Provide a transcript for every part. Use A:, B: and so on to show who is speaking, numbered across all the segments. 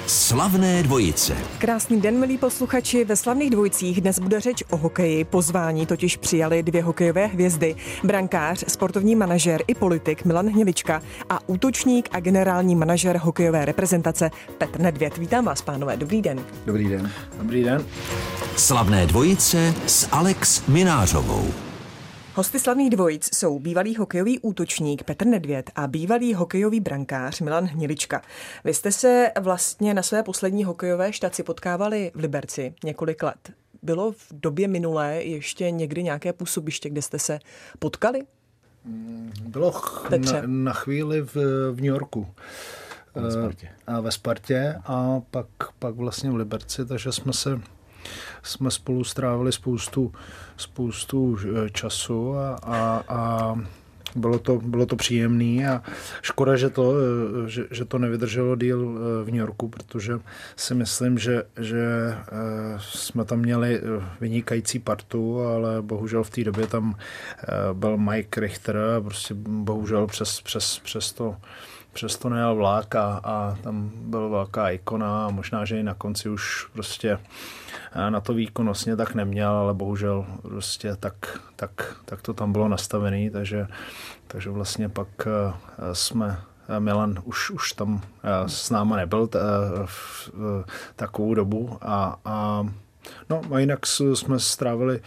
A: Slavné dvojice.
B: Krásný den, milí posluchači. Ve Slavných dvojicích dnes bude řeč o hokeji. Pozvání totiž přijali dvě hokejové hvězdy. Brankář, sportovní manažer i politik Milan Hnilička a útočník a generální manažer hokejové reprezentace Petr Nedvěd. Vítám vás, pánové. Dobrý den.
C: Dobrý den.
D: Dobrý den.
A: Slavné dvojice s Alex Minářovou.
B: Hosty Slavných dvojic jsou bývalý hokejový útočník Petr Nedvěd a bývalý hokejový brankář Milan Hnilička. Vy jste se vlastně na své poslední hokejové štaci potkávali v Liberci několik let. Bylo v době minulé ještě někdy nějaké působiště, kde jste se potkali?
D: Bylo na chvíli v New Yorku. Ve Spartě a pak vlastně v Liberci, takže jsme spolu strávili spoustu času a bylo to příjemný a škoda, že to nevydrželo díl v New Yorku, protože si myslím, že jsme tam měli vynikající partu, ale bohužel v té době tam byl Mike Richter a prostě bohužel přes to nejel vlak a tam byla velká ikona a možná, že i na konci už prostě na to výkonnostně tak neměl, ale bohužel prostě tak to tam bylo nastavený, takže vlastně pak Milan už tam s náma nebyl v takovou dobu a jinak jsme strávili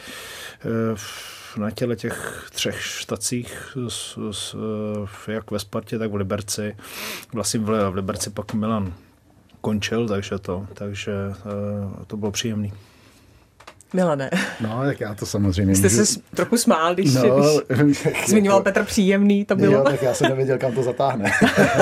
D: na těch třech štacích, jak ve Spartě, tak v Liberci. Vlastně v Liberci pak Milan končil, takže to bylo příjemný.
B: Milane.
C: No, tak já to samozřejmě
B: jste se trochu smál, když zmiňoval Petr příjemný, to bylo.
C: Jo, tak já jsem nevěděl, kam to zatáhne.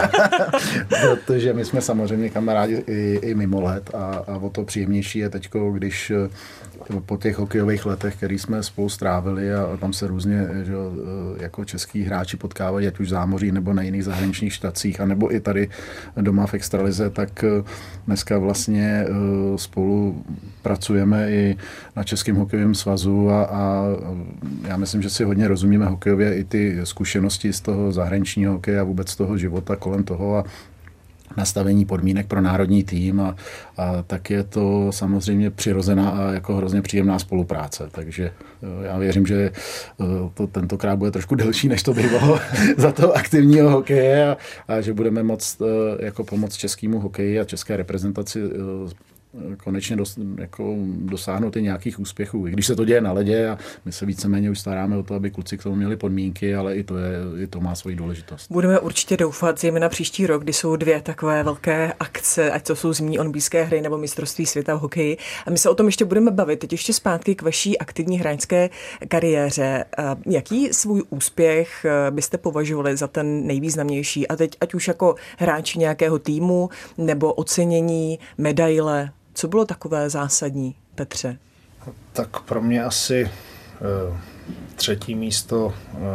C: Protože my jsme samozřejmě kamarádi i mimo let a o to příjemnější je teďko, když po těch hokejových letech, který jsme spolu strávili a tam se různě jako český hráči potkávají, ať už v zámoří nebo na jiných zahraničních štacích, anebo i tady doma v extralize, tak dneska vlastně spolu pracujeme i na Českém hokejovém svazu a já myslím, že si hodně rozumíme hokejově i ty zkušenosti z toho zahraničního hokeje a vůbec z toho života kolem toho a nastavení podmínek pro národní tým a tak je to samozřejmě přirozená a jako hrozně příjemná spolupráce. Takže já věřím, že to tentokrát bude trošku delší, než to bývalo za toho aktivního hokeje a že budeme moct jako pomoct českému hokeji a české reprezentaci konečně dosáhnout i nějakých úspěchů. I když se to děje na ledě a my se víceméně už staráme o to, aby kluci k tomu měli podmínky, ale i to má svoji důležitost.
B: Budeme určitě doufat, zejména příští rok, kdy jsou dvě takové velké akce, ať to jsou zimní olympijské hry nebo mistrovství světa v hokeji. A my se o tom ještě budeme bavit. Teď ještě zpátky k vaší aktivní hráčské kariéře. Jaký svůj úspěch byste považovali za ten nejvýznamnější? A teď ať už jako hráči nějakého týmu nebo ocenění, medaile. Co bylo takové zásadní, Petře?
D: Tak pro mě asi třetí místo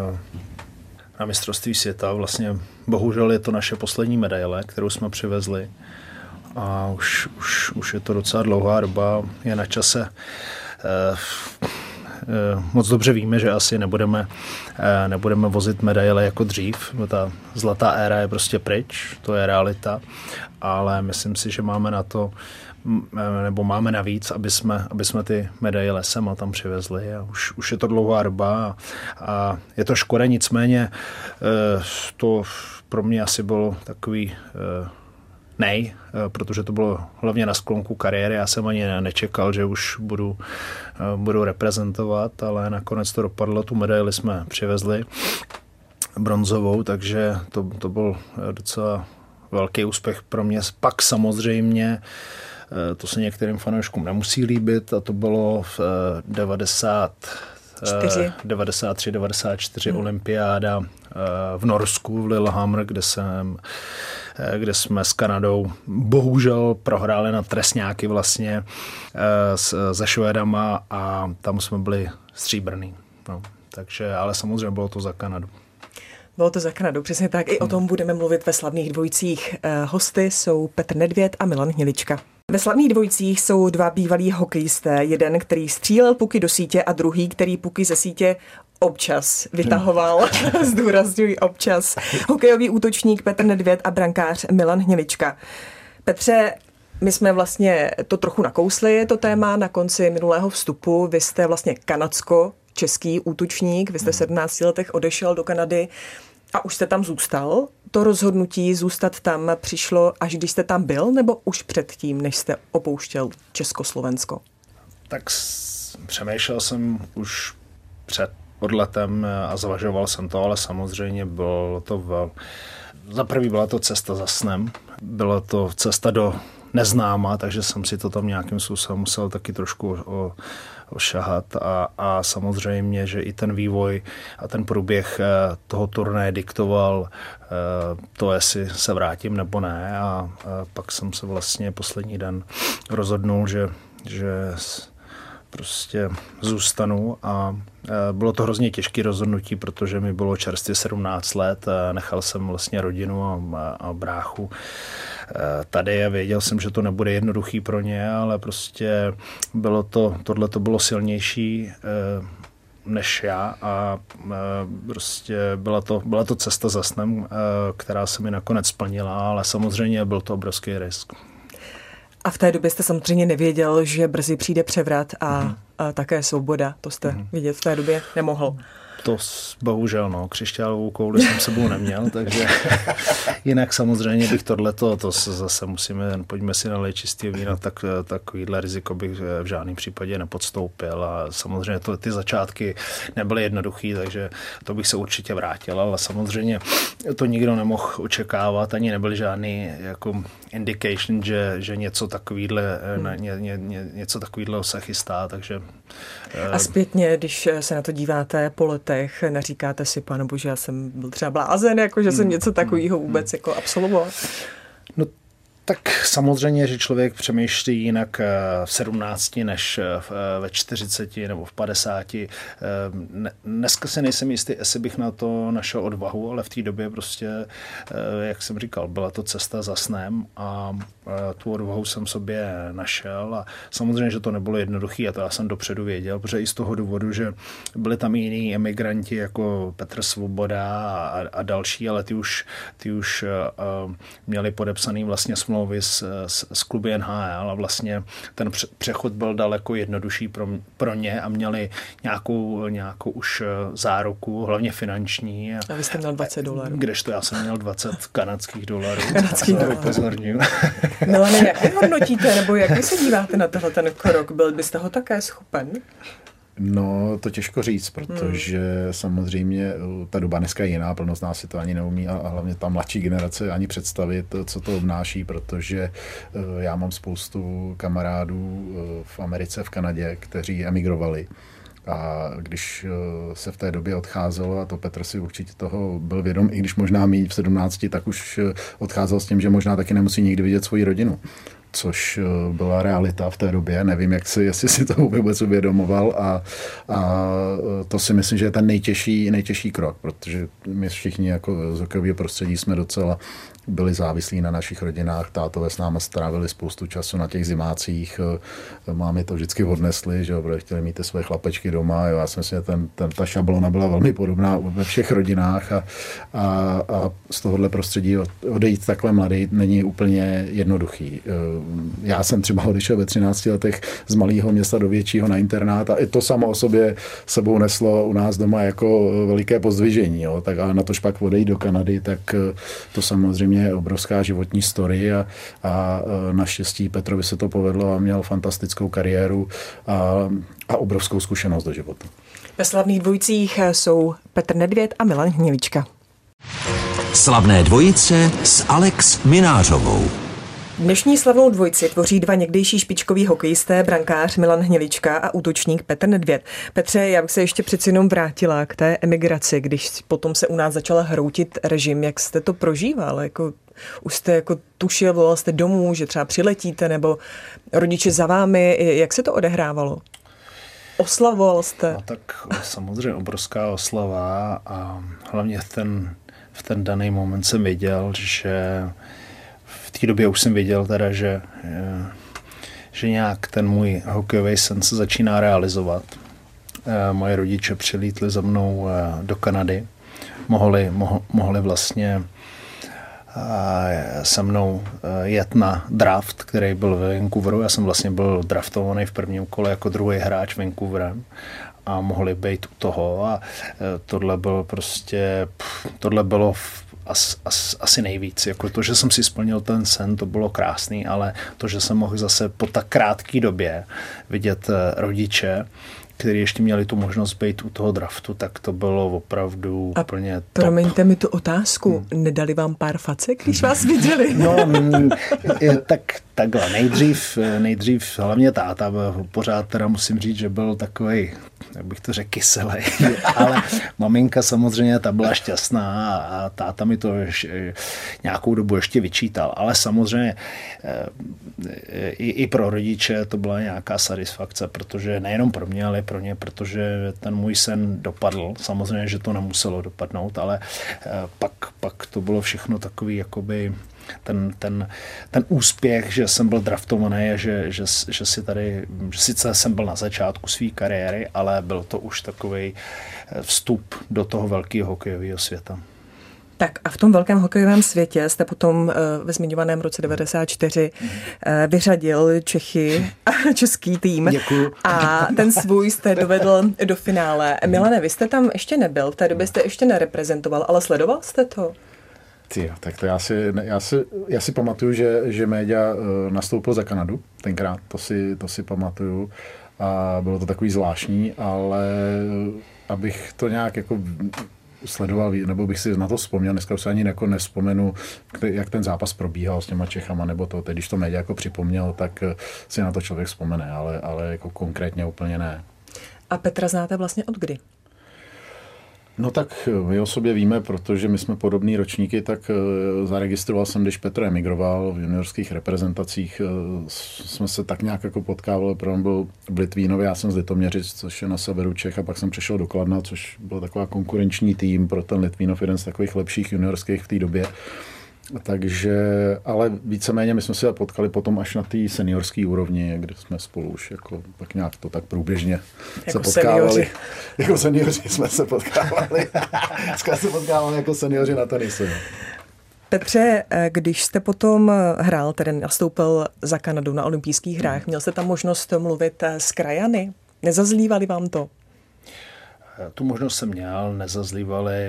D: na mistrovství světa. Vlastně bohužel je to naše poslední medaile, kterou jsme přivezli. A už je to docela dlouhá doba, je na čase. Moc dobře víme, že asi nebudeme vozit medaile jako dřív. Ta zlatá éra je prostě pryč, to je realita. Ale myslím si, že máme na to, nebo máme navíc, aby jsme ty medaile sem a tam přivezli. A už je to dlouhá doba a je to škoda, nicméně to pro mě asi bylo takový protože to bylo hlavně na sklonku kariéry. Já jsem ani nečekal, že už budu reprezentovat, ale nakonec to dopadlo. Tu medaili jsme přivezli bronzovou, takže to byl docela velký úspěch pro mě. Pak samozřejmě, to se některým fanouškům nemusí líbit, a to bylo v 93-94 olympiáda v Norsku, v Lillehammer, kde jsme s Kanadou bohužel prohráli na trestňáky vlastně se Švédama a tam jsme byli stříbrný. No, takže, ale samozřejmě bylo to za Kanadu.
B: Bylo to za Kanadu, přesně tak. I o tom budeme mluvit ve Slavných dvojicích. Hosty jsou Petr Nedvěd a Milan Hnilička. Ve Slavných dvojicích jsou dva bývalí hokejisté. Jeden, který střílel puky do sítě a druhý, který puky ze sítě občas vytahoval. Zdůrazňuji občas. Hokejový útočník Petr Nedvěd a brankář Milan Hnilička. Petře, My jsme vlastně to trochu nakousli, to téma na konci minulého vstupu. Vy jste vlastně kanadsko-český útočník, vy jste v 17 letech odešel do Kanady a už jste tam zůstal. To rozhodnutí zůstat tam přišlo, až když jste tam byl, nebo už předtím, než jste opouštěl Československo?
D: Tak přemýšlel jsem už před odletem a zvažoval jsem to, ale samozřejmě bylo to za prvý byla to cesta za snem, byla to cesta do neznáma, takže jsem si to tam nějakým způsobem musel taky trošku ošahat a samozřejmě, že i ten vývoj a ten průběh toho turnaje diktoval to, jestli se vrátím nebo ne a pak jsem se vlastně poslední den rozhodnul, že prostě zůstanu a bylo to hrozně těžké rozhodnutí, protože mi bylo čerstvě 17 let, nechal jsem vlastně rodinu a bráchu tady a věděl jsem, že to nebude jednoduchý pro ně, ale prostě tohle to bylo silnější než já a prostě byla to cesta za snem, která se mi nakonec splnila, ale samozřejmě byl to obrovský risk.
B: A v té době jste samozřejmě nevěděl, že brzy přijde převrat a také svoboda. To jste vidět v té době nemohl.
D: To bohužel, křišťálovou kouli jsem sebou neměl, takže jinak samozřejmě bych to zase pojďme si nalejt čistý vína, tak takovýhle riziko bych v žádném případě nepodstoupil a samozřejmě ty začátky nebyly jednoduchý, takže to bych se určitě vrátil, ale samozřejmě to nikdo nemohl očekávat, ani nebyl žádný jako indication, že něco takovýhle se chystá, takže...
B: A zpětně, když se na to díváte po letech, neříkáte si, pane bože, já jsem byl třeba blázen, jako že jsem něco takového vůbec jako absolvoval?
D: No tak samozřejmě, že člověk přemýšlí jinak v 17 než ve 40 nebo v 50. Dneska si nejsem jistý, jestli bych na to našel odvahu, ale v té době prostě, jak jsem říkal, byla to cesta za snem a tu odvahu jsem sobě našel a samozřejmě, že to nebylo jednoduché a to já jsem dopředu věděl, protože i z toho důvodu, že byli tam jiní emigranti jako Petr Svoboda a další, ale ty už měli podepsaný vlastně smlouvy s kluby NHL a vlastně ten přechod byl daleko jednodušší pro ně a měli nějakou už záruku, hlavně finanční.
B: A vy jste měl $20.
D: Kdežto já jsem měl $20
B: Kanadských dolarů.
D: Upozorňuji.
B: Milane, jak vy hodnotíte, nebo jak vy se díváte na tohle ten krok? Byl byste ho také schopen?
C: No, to těžko říct, protože samozřejmě ta doba dneska je jiná, plno z nás si to ani neumí a hlavně ta mladší generace ani představit, co to obnáší, protože já mám spoustu kamarádů v Americe, v Kanadě, kteří emigrovali. A když se v té době odcházelo, a to Petr si určitě toho byl vědom, i když možná mít v 17, tak už odcházel s tím, že možná taky nemusí nikdy vidět svoji rodinu. Což byla realita v té době. Nevím, jestli si to vůbec uvědomoval a to si myslím, že je ten nejtěžší krok, protože my všichni jako z hokejového prostředí jsme docela byli závislí na našich rodinách. Tátové s námi strávili spoustu času na těch zimácích. Mámy to vždycky odnesli, že chtěli mít ty své chlapečky doma. Já si myslím, že ta šablona byla velmi podobná ve všech rodinách a z tohohle prostředí odejít takhle mladý není úplně jednoduchý. Já jsem třeba odešel ve 13 letech z malého města do většího na internát a i to samo o sobě sebou neslo u nás doma jako veliké pozdvižení. Jo. Tak a na tož pak odejít do Kanady, tak to samozřejmě je obrovská životní story a naštěstí Petrovi se to povedlo a měl fantastickou kariéru a obrovskou zkušenost do života.
B: Ve slavných dvojicích jsou Petr Nedvěd a Milan Hnilička.
A: Slavné dvojice s Alex Minářovou.
B: Dnešní slavnou dvojici tvoří dva někdejší špičkoví hokejisté, brankář Milan Hnilička a útočník Petr Nedvěd. Petře, já bych se ještě přeci jenom vrátila k té emigraci, když potom se u nás začal hroutit režim. Jak jste to prožíval? Už jste tušil, volal jste domů, že třeba přiletíte, nebo rodiče za vámi? Jak se to odehrávalo? Oslavoval jste?
D: No tak samozřejmě obrovská oslava a hlavně v ten daný moment jsem věděl, že v té době už jsem věděl teda, že nějak ten můj hokejový sen se začíná realizovat. Moje rodiče přilítli za mnou do Kanady. Mohli vlastně se mnou jet na draft, který byl ve Vancouveru. Já jsem vlastně byl draftovaný v prvním kole jako druhý hráč Vancouverem a mohli být u toho a tohle bylo asi nejvíc. Jako to, že jsem si splnil ten sen, to bylo krásný, ale to, že jsem mohl zase po tak krátké době vidět rodiče, kteří ještě měli tu možnost být u toho draftu, tak to bylo opravdu úplně top.
B: Promiňte mi tu otázku, nedali vám pár facek, když vás viděli?
D: No, takhle. Nejdřív hlavně táta, pořád teda musím říct, že byl takovej, jak bych to řekl, kyselej, ale maminka samozřejmě, ta byla šťastná a táta mi to nějakou dobu ještě vyčítal, ale samozřejmě i pro rodiče to byla nějaká satisfakce, protože nejenom pro mě, ale pro ně, protože ten můj sen dopadl. Samozřejmě, že to nemuselo dopadnout, ale pak to bylo všechno takový, jakoby ten úspěch, že jsem byl draftovaný a že sice jsem byl na začátku své kariéry, ale byl to už takový vstup do toho velkého hokejového světa.
B: Tak a v tom velkém hokejovém světě jste potom ve zmiňovaném roce 94 vyřadil Čechy a český tým.
D: Děkuju.
B: A ten svůj jste dovedl do finále. Milane, vy jste tam ještě nebyl, v té době jste ještě nereprezentoval, ale sledoval jste to?
C: Tak to já si pamatuju, že Méďa nastoupil za Kanadu tenkrát, to si pamatuju a bylo to takový zvláštní, ale abych to nějak jako sledoval, nebo bych si na to vzpomněl, dneska už se ani jako nevzpomenu, jak ten zápas probíhal s těma Čechama, nebo to, když to Méďa jako připomněl, tak si na to člověk vzpomene, ale jako konkrétně úplně ne.
B: A Petra znáte vlastně od kdy?
C: No tak my o sobě víme, protože my jsme podobný ročníky, tak zaregistroval jsem, když Petr emigroval v juniorských reprezentacích, jsme se tak nějak jako potkávali, protože on byl v Litvínově, já jsem z Litoměřic, což je na severu Čech, a pak jsem přešel do Kladna, což byl taková konkurenční tým pro ten Litvínov, jeden z takových lepších juniorských v té době. Takže, ale víceméně my jsme se potkali potom až na té seniorské úrovni, kde jsme spolu už jako tak nějak to tak průběžně jako se potkávali. Seniori. Jako seniori jsme se potkávali. Dneska se potkávali jako seniori na tenisu.
B: Petře, když jste potom hrál, tedy nastoupil za Kanadu na olympijských hrách, měl jste tam možnost mluvit s krajany? Nezazlívali vám to?
D: Tu možnost jsem měl, nezazlívali,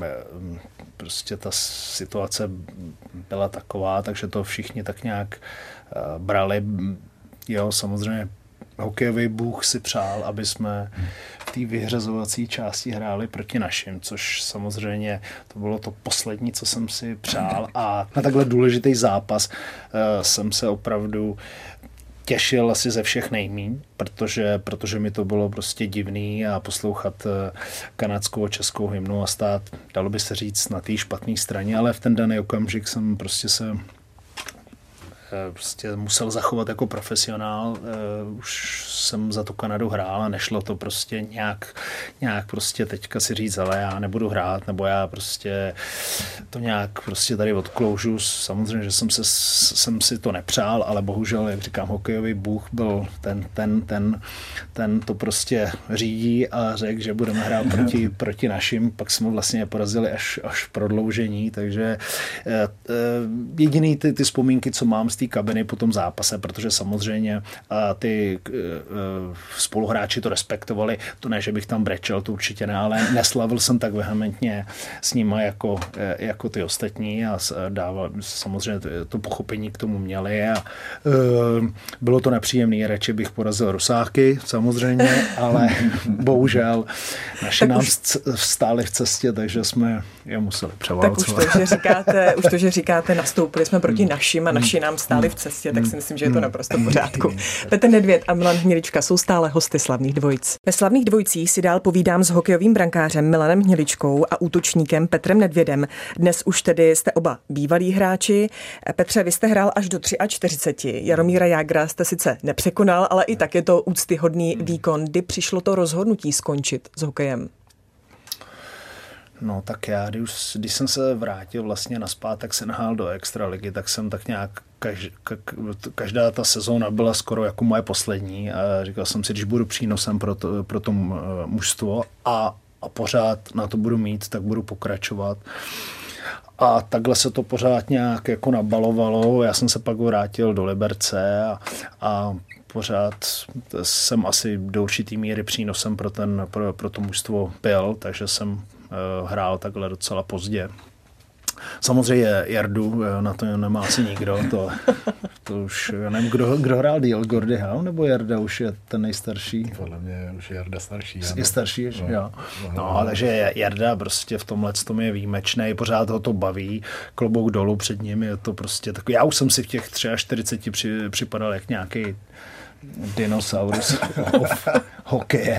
D: prostě ta situace byla taková, takže to všichni tak nějak brali. Jo, samozřejmě hokejový bůh si přál, aby jsme v té vyhřazovací části hráli proti našim, což samozřejmě to bylo to poslední, co jsem si přál, a na takhle důležitý zápas jsem se opravdu těšil asi ze všech nejmíň, protože mi to bylo prostě divný a poslouchat kanadskou a českou hymnu a stát, dalo by se říct, na té špatné straně, ale v ten daný okamžik jsem prostě musel zachovat jako profesionál. Už jsem za tu Kanadu hrál a nešlo to prostě nějak prostě teďka si říct, ale já nebudu hrát, nebo já prostě to nějak prostě tady odkloužu. Samozřejmě, že jsem si to nepřál, ale bohužel, jak říkám, hokejový bůh byl ten to prostě řídí a řekl, že budeme hrát proti našim, pak jsme vlastně porazili až v prodloužení, takže jediný ty vzpomínky, co mám z té kabiny po tom zápase, protože samozřejmě ty spoluhráči to respektovali, to ne, že bych tam brečel, to určitě ne, ale neslavil jsem tak vehementně s nima jako ty ostatní a dával samozřejmě to pochopení k tomu měli a bylo to nepříjemné, radši bych porazil Rusáky, samozřejmě, ale bohužel naši nám stáli v cestě, takže jsme je museli převálcovat.
B: Tak už to, že říkáte, nastoupili jsme proti našim a naši nám stáli v cestě, tak si myslím, že je to naprosto v pořádku. Petr Nedvěd a Milan Hnilička jsou stále hosty Slavných dvojic. Ve Slavných dvojicích si dál povídám s hokejovým brankářem Milanem Hniličkou a útočníkem Petrem Nedvědem. Dnes už tedy jste oba bývalí hráči. Petře, vy jste hrál až do 43. Jaromíra Jágra jste sice nepřekonal, ale i tak je to úctyhodný výkon. Kdy přišlo to rozhodnutí skončit s hokejem?
D: No tak já, když jsem se vrátil vlastně nazpátek se nahál do extraligy, tak jsem tak nějak každá ta sezóna byla skoro jako moje poslední a říkal jsem si, když budu přínosem pro to mužstvo a pořád na to budu mít, tak budu pokračovat. A takhle se to pořád nějak jako nabalovalo. Já jsem se pak vrátil do Liberce a pořád jsem asi do určitý míry přínosem pro to mužstvo byl, takže jsem hrál takhle docela pozdě. Samozřejmě Jardu, na to nemá asi nikdo, to už, já nevím, kdo hrál díl, Gordy Howe, nebo Jarda už je ten nejstarší?
C: Podle mě už je Jarda starší.
D: Je starší, jo. No, ale že Jarda prostě v tomhle tom je výjimečný, pořád ho to baví, klobouk dolů před ním, je to prostě takový, já už jsem si v těch 43 připadal jak nějaký dinosaurus hokeje,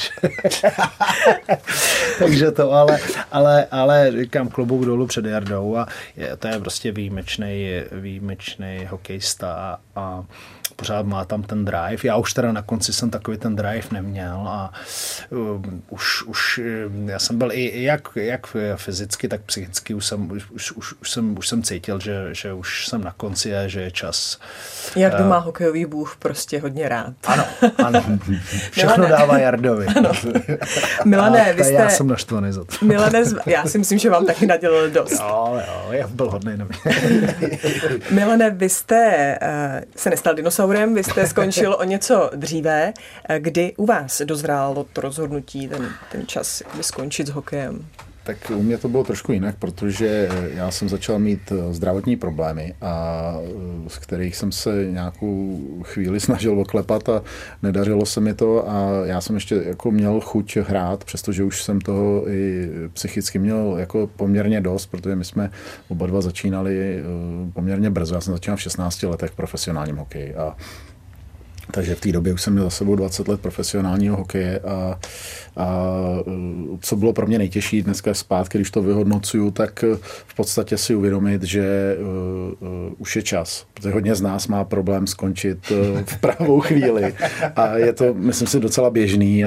D: takže to, ale říkám klobouk dolů před Jardou a to je prostě výjimečný hokejista a pořád má tam ten drive. Já už teda na konci jsem takový ten drive neměl a už já jsem byl i jak fyzicky, tak psychicky už jsem cítil, že už jsem na konci a že je čas.
B: Jardu má hokejový bůh prostě hodně rád.
D: Ano. Všechno dává Jardovi.
B: Milane, vy jste...
D: Já jsem naštvaný za to.
B: Milane, já si myslím, že vám taky nadělal dost.
D: Jo, já byl hodnej na mě.
B: Milane, vy jste se nestal dinosaurem, vy jste skončil o něco dříve. Kdy u vás dozrálo to rozhodnutí, ten čas skončit s hokejem?
C: Tak u mě to bylo trošku jinak, protože já jsem začal mít zdravotní problémy, z kterých jsem se nějakou chvíli snažil oklepat a nedařilo se mi to a já jsem ještě jako měl chuť hrát, přestože už jsem toho i psychicky měl jako poměrně dost, protože my jsme oba dva začínali poměrně brzo. Já jsem začínal v 16 letech v profesionálním hokeji takže v té době už jsem měl za sebou 20 let profesionálního hokeje a co bylo pro mě nejtěžší dneska zpátky, když to vyhodnocuju, tak v podstatě si uvědomit, že už je čas. Protože hodně z nás má problém skončit v pravou chvíli a je to, myslím si, docela běžný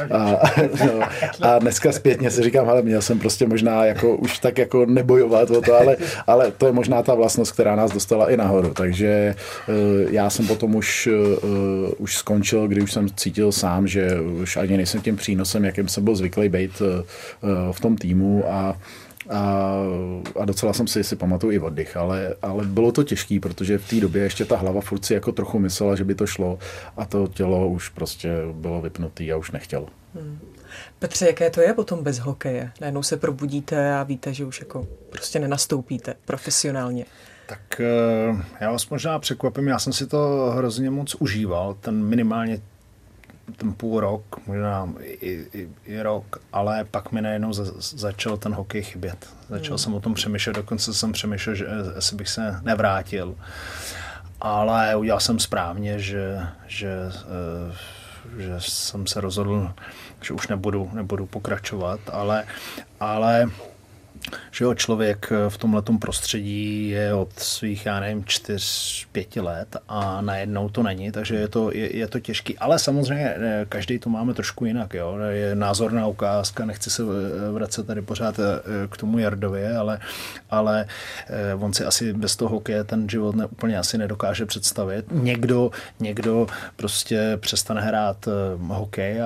C: a dneska zpětně si říkám, ale měl jsem prostě možná jako už tak jako nebojovat o to, ale to je možná ta vlastnost, která nás dostala i nahoru. Takže já jsem potom už skončil, kdy už jsem cítil sám, že už ani nejsem tím přínosem, jakým jsem byl zvyklý být v tom týmu a docela jsem si pamatuju i oddych, ale bylo to těžký, protože v té době ještě ta hlava furt si jako trochu myslela, že by to šlo a to tělo už prostě bylo vypnutý a už nechtělo.
B: Petře, jaké to je potom bez hokeje? Najednou se probudíte a víte, že už jako prostě nenastoupíte profesionálně.
D: Tak já vás možná překvapím, já jsem si to hrozně moc užíval, minimálně ten půl rok, možná i rok, ale pak mi najednou začal ten hokej chybět. Začal jsem o tom přemýšlet, dokonce jsem přemýšlel, že asi bych se nevrátil. Ale udělal jsem správně, že jsem se rozhodl, že už nebudu pokračovat, ale že jo, člověk v tomhletom prostředí je od svých, 4-5 let a najednou to není, takže je to těžký. Ale samozřejmě každý to máme trošku jinak, jo. Je názorná ukázka, nechci se vracet tady pořád k tomu Jardovi, ale on si asi bez toho hokeje ten život úplně asi nedokáže představit. Někdo prostě přestane hrát hokej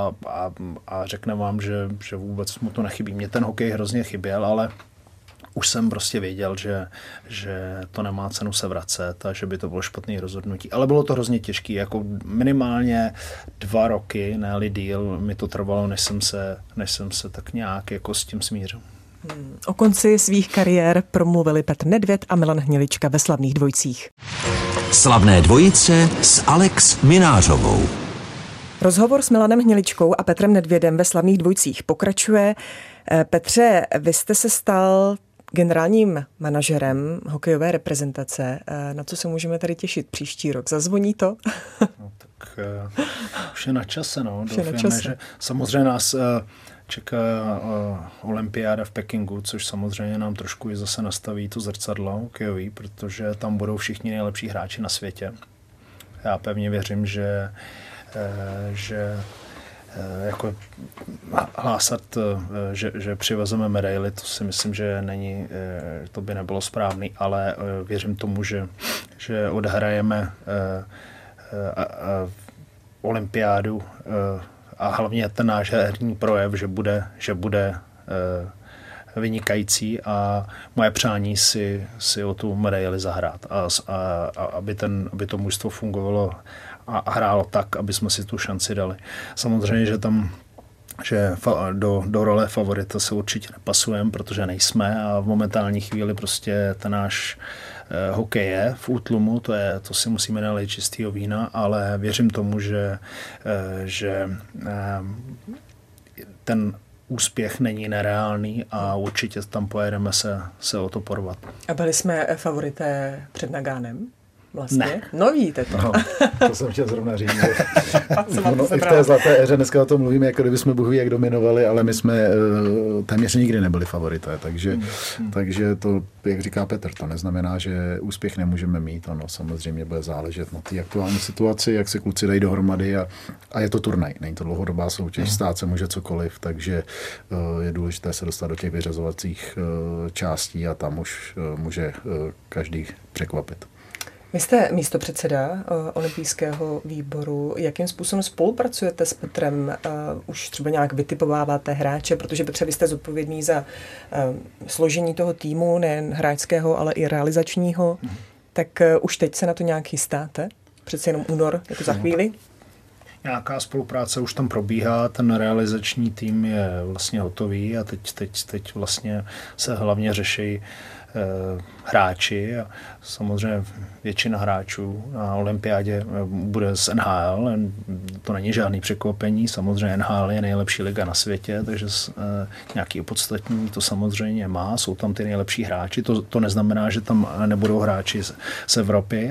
D: a řekne vám, že vůbec mu to nechybí. Mně ten hokej hrozně chyběl, ale už jsem prostě věděl, že to nemá cenu se vracet a že by to bylo špatný rozhodnutí. Ale bylo to hrozně těžké, jako minimálně 2 roky, ne-li díl, mi to trvalo, než jsem se tak nějak jako s tím smířil.
B: O konci svých kariér promluvili Petr Nedvěd a Milan Hnilička ve Slavných dvojicích.
A: Slavné dvojice s Alex Minářovou.
B: Rozhovor s Milanem Hniličkou a Petrem Nedvědem ve Slavných dvojicích pokračuje. Petře, vy jste se stal generálním manažerem hokejové reprezentace. Na co se můžeme tady těšit příští rok? Zazvoní to?
D: No, tak už je na čase. Doufáme, že samozřejmě nás čeká olympiáda v Pekingu, což samozřejmě nám trošku i zase nastaví to zrcadlo hokejový, protože tam budou všichni nejlepší hráči na světě. Já pevně věřím, že jako hlásat, že přivezeme medaily, to si myslím, že to by nebylo správný, ale věřím tomu, že odhrajeme olympiádu a hlavně ten náš herní projev, že bude vynikající a moje přání si o tu medaili zahrát a aby to mužstvo fungovalo a hrálo tak, aby jsme si tu šanci dali. Samozřejmě, že do role favorita se určitě nepasujeme, protože nejsme a v momentální chvíli prostě ten náš hokej je v útlumu, to si musíme nalít čistýho vína, ale věřím tomu, že ten úspěch není nereálný a určitě tam pojedeme se o to porvat.
B: A byli jsme favorité před Nagánem? Vlastně?
D: Ne.
B: No vidíte to.
C: No, to jsem chtěl zrovna říct. I v té zlaté éře dneska o tom mluvíme, jako kdyby jsme bohu jak dominovali, ale my jsme téměř nikdy nebyli favorité. Takže to, jak říká Petr, to neznamená, že úspěch nemůžeme mít. Ono samozřejmě bude záležet na té aktuální situaci, jak se kluci dají dohromady a je to turnaj. Není to dlouhodobá soutěž, stát se může cokoliv, takže je důležité se dostat do těch vyřazovacích částí a tam už může každý překvapit.
B: Vy jste místopředseda olympijského výboru. Jakým způsobem spolupracujete s Petrem? Už třeba nějak vytipováváte hráče, protože Petře, vy jste zodpovědný za složení toho týmu, nejen hráčského, ale i realizačního. Tak už teď se na to nějak chystáte? Přece jenom únor, jako za chvíli?
D: Nějaká spolupráce už tam probíhá, ten realizační tým je vlastně hotový a teď vlastně se hlavně řeší hráči a samozřejmě většina hráčů na olympiádě bude z NHL, to není žádný překvapení, samozřejmě NHL je nejlepší liga na světě, takže nějaký opodstatnění to samozřejmě má, jsou tam ty nejlepší hráči, to neznamená, že tam nebudou hráči z Evropy,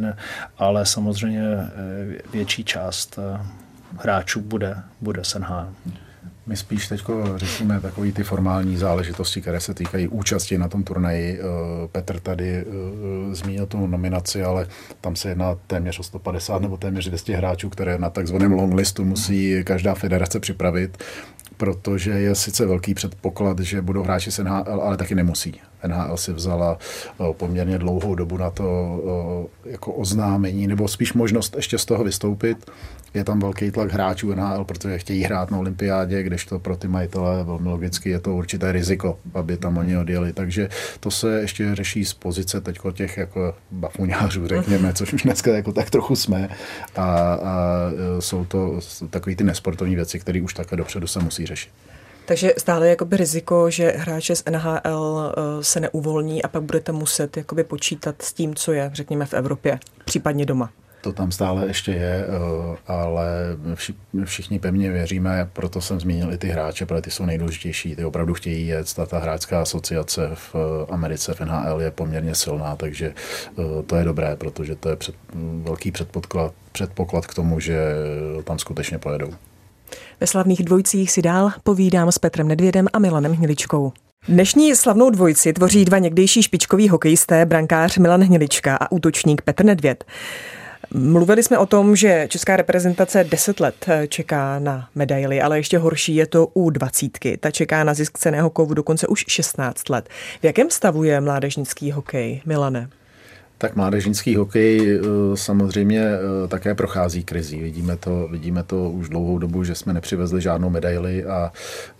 D: ale samozřejmě větší část hráčů bude z NHL.
C: My spíš teď řešíme takové ty formální záležitosti, které se týkají účasti na tom turnaji. Petr tady zmínil tu nominaci, ale tam se jedná téměř o 150 nebo téměř 200 hráčů, které na takzvaném long listu musí každá federace připravit, protože je sice velký předpoklad, že budou hráči z NHL, ale taky nemusí. NHL si vzala poměrně dlouhou dobu na to jako oznámení, nebo spíš možnost ještě z toho vystoupit. Je tam velký tlak hráčů NHL, protože chtějí hrát na olympiádě, kdežto pro ty majitele velmi logicky je to určité riziko, aby tam oni odjeli. Takže to se ještě řeší z pozice teďko těch jako bafuňářů, řekněme, což už dneska jako tak trochu jsme. A jsou to takové ty nesportovní věci, které už takhle dopředu se musí řešit.
B: Takže stále jakoby riziko, že hráče z NHL se neuvolní a pak budete muset jakoby počítat s tím, co je, řekněme, v Evropě, případně doma.
C: To tam stále ještě je, ale všichni pevně věříme, proto jsem zmínil i ty hráče, protože ty jsou nejdůležitější, ty opravdu chtějí jet, ta hráčská asociace v Americe, v NHL je poměrně silná, takže to je dobré, protože to je velký předpoklad k tomu, že tam skutečně pojedou.
B: Ve slavných dvojicích si dál povídám s Petrem Nedvědem a Milanem Hniličkou. Dnešní slavnou dvojici tvoří dva někdejší špičkoví hokejisté, brankář Milan Hnilička a útočník Petr Nedvěd. Mluvili jsme o tom, že česká reprezentace 10 let čeká na medaili, ale ještě horší je to u 20. Ta čeká na zisk cenného kovu dokonce už 16 let. V jakém stavu je mládežnický hokej, Milane?
C: Tak mládežnický hokej samozřejmě také prochází krizí. Vidíme to už dlouhou dobu, že jsme nepřivezli žádnou medaili a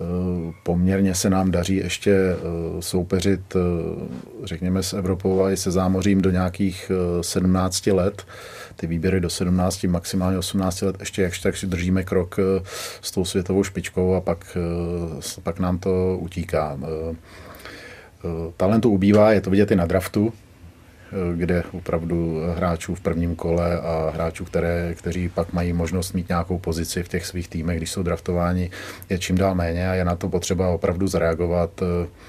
C: poměrně se nám daří ještě soupeřit, řekněme, s Evropou a i se zámořím do nějakých 17 let. Ty výběry do 17, maximálně 18 let ještě jakž tak si držíme krok s tou světovou špičkou a pak nám to utíká. Talentu ubývá, je to vidět i na draftu, kde opravdu hráčů v prvním kole a hráčů, kteří pak mají možnost mít nějakou pozici v těch svých týmech, když jsou draftováni, je čím dál méně a je na to potřeba opravdu zareagovat.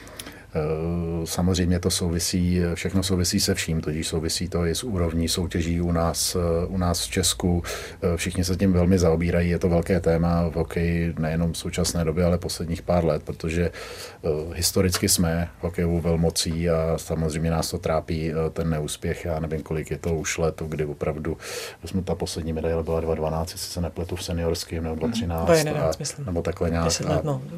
C: Samozřejmě to všechno souvisí se vším, tudíž souvisí to i s úrovní soutěží u nás v Česku. Všichni se tím velmi zaobírají, je to velké téma v hokeji nejenom v současné době, ale posledních pár let, protože historicky jsme hokejovou velmocí a samozřejmě nás to trápí ten neúspěch. Já nevím, kolik je to už let, kdy opravdu ta poslední medaile byla 2012, jestli se nepletu v seniorském, nebo 2013, nebo takhle nějak.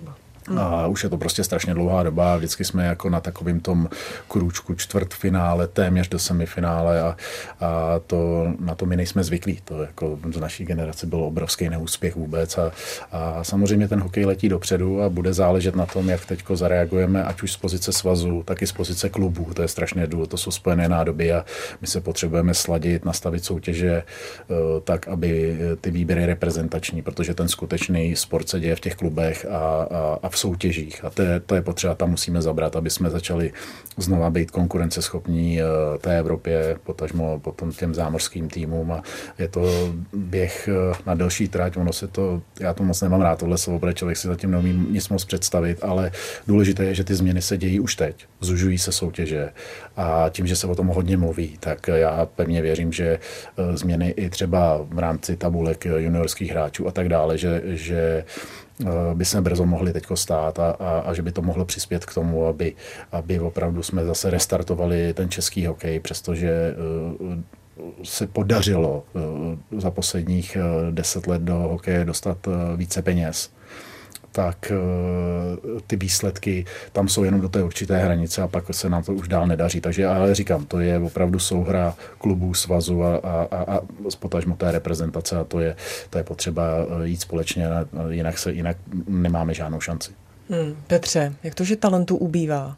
C: A už je to prostě strašně dlouhá doba. Vždycky jsme jako na takovým tom krůčku čtvrtfinále, téměř do semifinále a na to my nejsme zvyklí. To jako z naší generace byl obrovský neúspěch vůbec a samozřejmě ten hokej letí dopředu a bude záležet na tom, jak teďko zareagujeme, ať už z pozice svazu, tak i z pozice klubů. To je strašně důležité, to jsou spojené nádoby a my se potřebujeme sladit, nastavit soutěže tak, aby ty výběry reprezentační, protože ten skutečný sport se děje v těch klubech a v soutěžích. A to je potřeba, tam musíme zabrat, aby jsme začali znova být konkurenceschopní té Evropě, potažmo potom těm zámořským týmům. A je to běh na delší trať, já to moc nemám rád, tohle slovo, protože člověk si zatím neumí nic moc představit, ale důležité je, že ty změny se dějí už teď. Zužují se soutěže a tím, že se o tom hodně mluví, tak já pevně věřím, že změny i třeba v rámci tabulek juniorských hráčů a tak dále, že by se brzo mohli teďko stát a že by to mohlo přispět k tomu, aby opravdu jsme zase restartovali ten český hokej, přestože se podařilo za posledních 10 let do hokeje dostat více peněz, tak ty výsledky tam jsou jenom do té určité hranice a pak se nám to už dál nedaří. Takže ale říkám, to je opravdu souhra klubů, svazu a potažmo té reprezentace a to je potřeba jít společně, jinak nemáme žádnou šanci.
B: Petře, jak to, že talentů ubývá?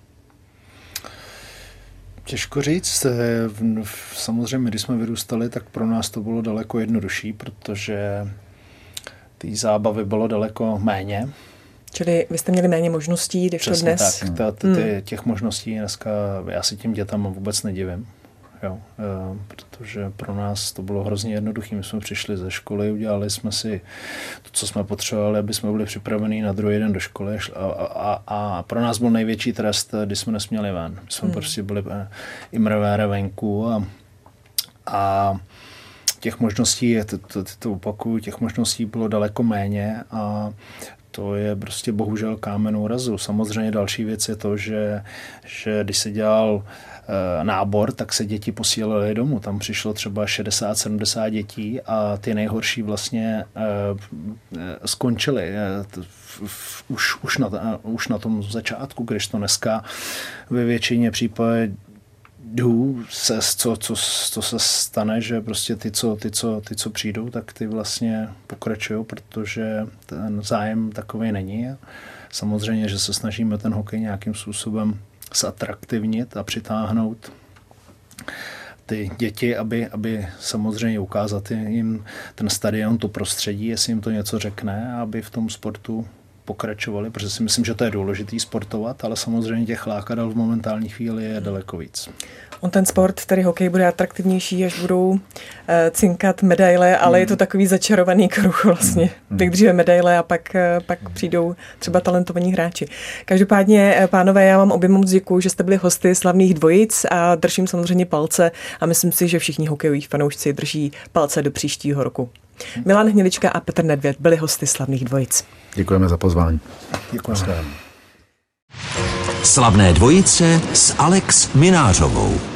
D: Těžko říct. Samozřejmě, když jsme vyrůstali, tak pro nás to bylo daleko jednodušší, protože té zábavy bylo daleko méně.
B: Čili vy jste měli méně možností, když to dnes?
D: Tak. Těch možností dneska, já si tím dětem vůbec nedivím. Jo, protože pro nás to bylo hrozně jednoduché. My jsme přišli ze školy, udělali jsme si to, co jsme potřebovali, aby jsme byli připraveni na druhý den do školy a pro nás byl největší trest, když jsme nesměli ven. My jsme prostě byli imrevére venku a těch možností, to opakuju, těch možností bylo daleko méně a to je prostě bohužel kámen úrazu. Samozřejmě další věc je to, že když se dělal nábor, tak se děti posílaly domů. Tam přišlo třeba 60-70 dětí a ty nejhorší vlastně skončily už na tom začátku, když to dneska ve většině případů co se stane, že prostě ty, co přijdou, tak ty vlastně pokračují, protože ten zájem takový není. Samozřejmě, že se snažíme ten hokej nějakým způsobem zatraktivnit a přitáhnout ty děti, aby samozřejmě ukázat jim ten stadion, to prostředí, jestli jim to něco řekne, aby v tom sportu pokračovali, protože si myslím, že to je důležitý sportovat, ale samozřejmě těch lákadel v momentální chvíli je daleko víc.
B: On ten sport, tedy hokej, bude atraktivnější, až budou cinkat medaile, ale je to takový začarovaný kruh vlastně. Vydržíme medaile a pak přijdou třeba talentovaní hráči. Každopádně, pánové, já vám oběma moc děkuju, že jste byli hosty Slavných dvojic a držím samozřejmě palce a myslím si, že všichni hokejoví fanoušci drží palce do příštího roku. Milan Hnilička a Petr Nedvěd byli hosty Slavných dvojic.
C: Děkujeme za pozvání.
D: Děkujeme.
A: Slavné dvojice s Alex Minářovou.